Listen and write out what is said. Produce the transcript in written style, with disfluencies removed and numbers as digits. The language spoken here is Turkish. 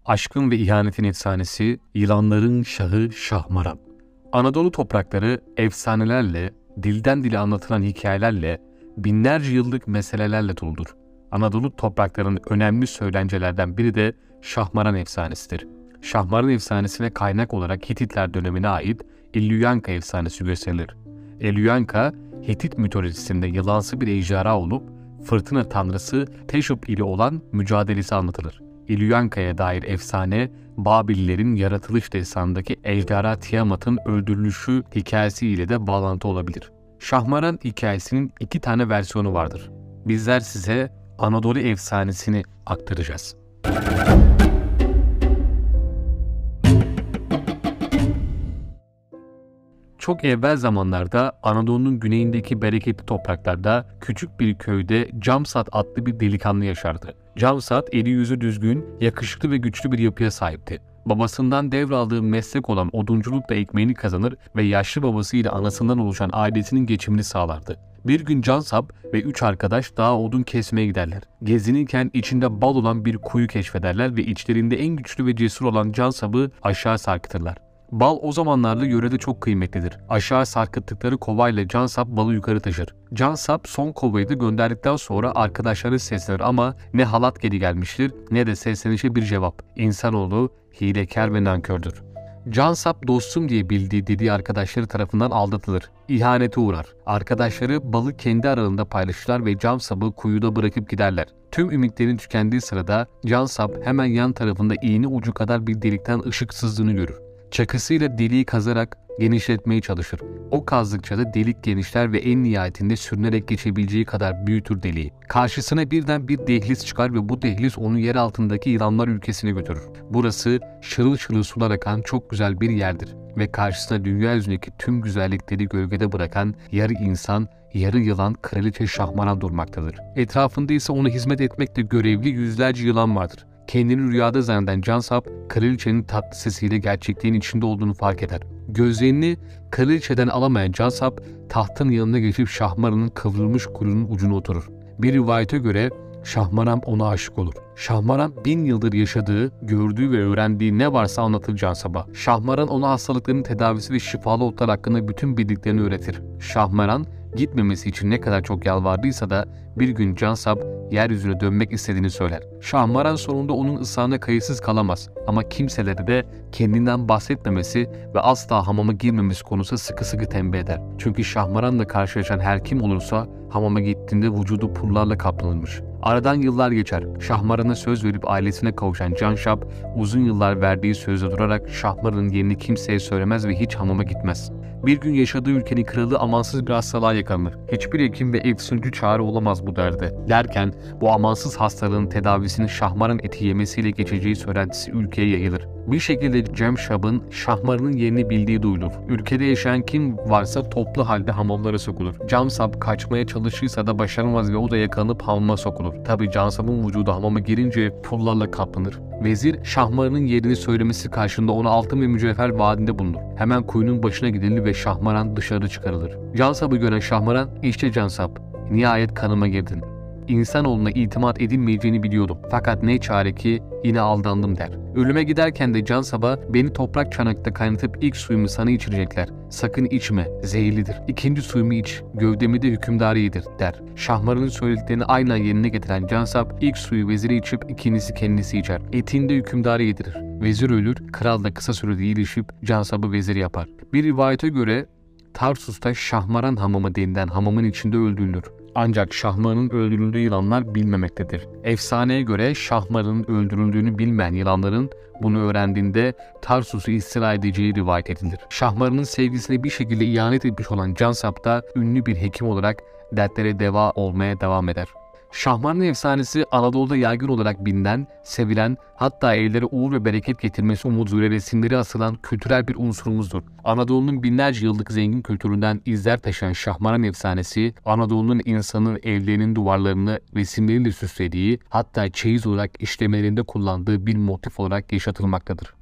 Aşkın ve ihanetin efsanesi, yılanların şahı Şahmaran. Anadolu toprakları efsanelerle, dilden dile anlatılan hikayelerle, binlerce yıllık meselelerle doludur. Anadolu topraklarının önemli söylencelerden biri de Şahmaran efsanesidir. Şahmaran efsanesine kaynak olarak Hititler dönemine ait Ellüyanka efsanesi gösterilir. Ellüyanka, Hitit mitolojisinde yılansı bir ejderha olup, fırtına tanrısı Teşup ile olan mücadelesi anlatılır. Ellüyanka'ya dair efsane, Babillerin yaratılış destanındaki ejderha Tiamat'ın öldürülüşü hikayesiyle de bağlantı olabilir. Şahmaran hikayesinin 2 tane versiyonu vardır. Bizler size Anadolu efsanesini aktaracağız. Çok evvel zamanlarda Anadolu'nun güneyindeki bereketli topraklarda küçük bir köyde Camsat adlı bir delikanlı yaşardı. Camsat eli yüzü düzgün, yakışıklı ve güçlü bir yapıya sahipti. Babasından devraldığı meslek olan odunculukla ekmeğini kazanır ve yaşlı babası ile anasından oluşan ailesinin geçimini sağlardı. Bir gün Cansap ve 3 arkadaş dağa odun kesmeye giderler. Gezinirken içinde bal olan bir kuyu keşfederler ve içlerinde en güçlü ve cesur olan Cansap'ı aşağı sarkıtırlar. Bal o zamanlarda yörede çok kıymetlidir. Aşağı sarkıttıkları kovayla Cansap balı yukarı taşır. Cansap son kovayı da gönderdikten sonra arkadaşları seslenir ama ne halat geri gelmiştir ne de seslenişe bir cevap. İnsanoğlu hilekar ve nankördür. Cansap dostum diye bildiği dediği arkadaşları tarafından aldatılır. İhanete uğrar. Arkadaşları balı kendi aralarında paylaşırlar ve Cansap'ı kuyuda bırakıp giderler. Tüm ümitlerin tükendiği sırada Cansap hemen yan tarafında iğne ucu kadar bir delikten ışık sızdığını görür. Çakısıyla deliği kazarak genişletmeye çalışır. O kazdıkça da delik genişler ve en nihayetinde sürünerek geçebileceği kadar büyütür deliği. Karşısına birden bir dehliz çıkar ve bu dehliz onu yer altındaki yılanlar ülkesine götürür. Burası şırıl şırıl sular akan çok güzel bir yerdir ve karşısına dünya yüzündeki tüm güzellikleri gölgede bırakan yarı insan, yarı yılan Kraliçe Şahmaran durmaktadır. Etrafında ise ona hizmet etmekle görevli yüzlerce yılan vardır. Kendini rüyada zanneden Cansap, kraliçenin tatlı sesiyle gerçekliğin içinde olduğunu fark eder. Gözlerini kraliçeden alamayan Cansap, tahtın yanına geçip Şahmaran'ın kıvrılmış kuyruğunun ucuna oturur. Bir rivayete göre Şahmaran ona aşık olur. Şahmaran 1000 yıldır yaşadığı, gördüğü ve öğrendiği ne varsa anlatır Cansap'a. Şahmaran ona hastalıkların tedavisi ve şifalı otlar hakkında bütün bildiklerini öğretir. Şahmaran gitmemesi için ne kadar çok yalvardıysa da bir gün Cansap yeryüzüne dönmek istediğini söyler. Şahmaran sonunda onun ısrarına kayıtsız kalamaz ama kimselere de kendinden bahsetmemesi ve asla hamama girmemesi konusunda sıkı sıkı tembih eder. Çünkü Şahmaran'la karşılaşan her kim olursa hamama gittiğinde vücudu pullarla kaplanırmış. Aradan yıllar geçer. Şahmaran'a söz verip ailesine kavuşan Cansap uzun yıllar verdiği sözde durarak Şahmaran'ın yerini kimseye söylemez ve hiç hamama gitmez. Bir gün yaşadığı ülkenin kralı amansız bir hastalığa yakalanır. Hiçbir hekim ve efsuncu çare olamaz bu derde. Derken bu amansız hastalığın tedavisinin Şahmaran eti yemesiyle geçeceği söylentisi ülkeye yayılır. Bir şekilde Cemşab'ın Şahmaran'ın yerini bildiği duyulur. Ülkede yaşayan kim varsa toplu halde hamamlara sokulur. Cansap kaçmaya çalışırsa da başaramaz ve o da yakalanıp hamama sokulur. Tabi Cansap'ın vücudu hamama girince pullarla kaplanır. Vezir Şahmaran'ın yerini söylemesi karşında ona altın ve mücevher vaadinde bulunur. Hemen kuyunun başına gidilir ve Şahmaran dışarı çıkarılır. Cansap'ı gören Şahmaran, "İşte Cansap, nihayet kanıma girdin. İnsanoğluna itimat edilmeyeceğini biliyordum. Fakat ne çare ki yine aldandım" der. Ölüme giderken de Cansap'a "Beni toprak çanakta kaynatıp ilk suyumu sana içirecekler. Sakın içme, zehirlidir. İkinci suyumu iç, gövdemi de hükümdarı yedir" der. Şahmaran'ın söylediklerini aynen yerine getiren Cansap ilk suyu vezire içip ikincisi kendisi içer. Etini de hükümdarı yedirir. Vezir ölür, kral da kısa sürede iyileşip Cansap'ı vezir yapar. Bir rivayete göre Tarsus'ta Şahmaran hamamı denilen hamamın içinde öldürülür. Ancak Şahmaran'ın öldürüldüğü yılanlar bilmemektedir. Efsaneye göre Şahmaran'ın öldürüldüğünü bilmeyen yılanların bunu öğrendiğinde Tarsus'u istila edeceği rivayet edilir. Şahmaran'ın sevgisine bir şekilde ihanet etmiş olan Cansap da ünlü bir hekim olarak dertlere deva olmaya devam eder. Şahmaran efsanesi Anadolu'da yaygın olarak bilinen, sevilen, hatta evlere uğur ve bereket getirmesi umuduyla resimleri asılan kültürel bir unsurumuzdur. Anadolu'nun binlerce yıllık zengin kültüründen izler taşıyan Şahmaran efsanesi, Anadolu'nun insanın evlerinin duvarlarını resimleriyle süslediği, hatta çeyiz olarak işlemelerinde kullandığı bir motif olarak yaşatılmaktadır.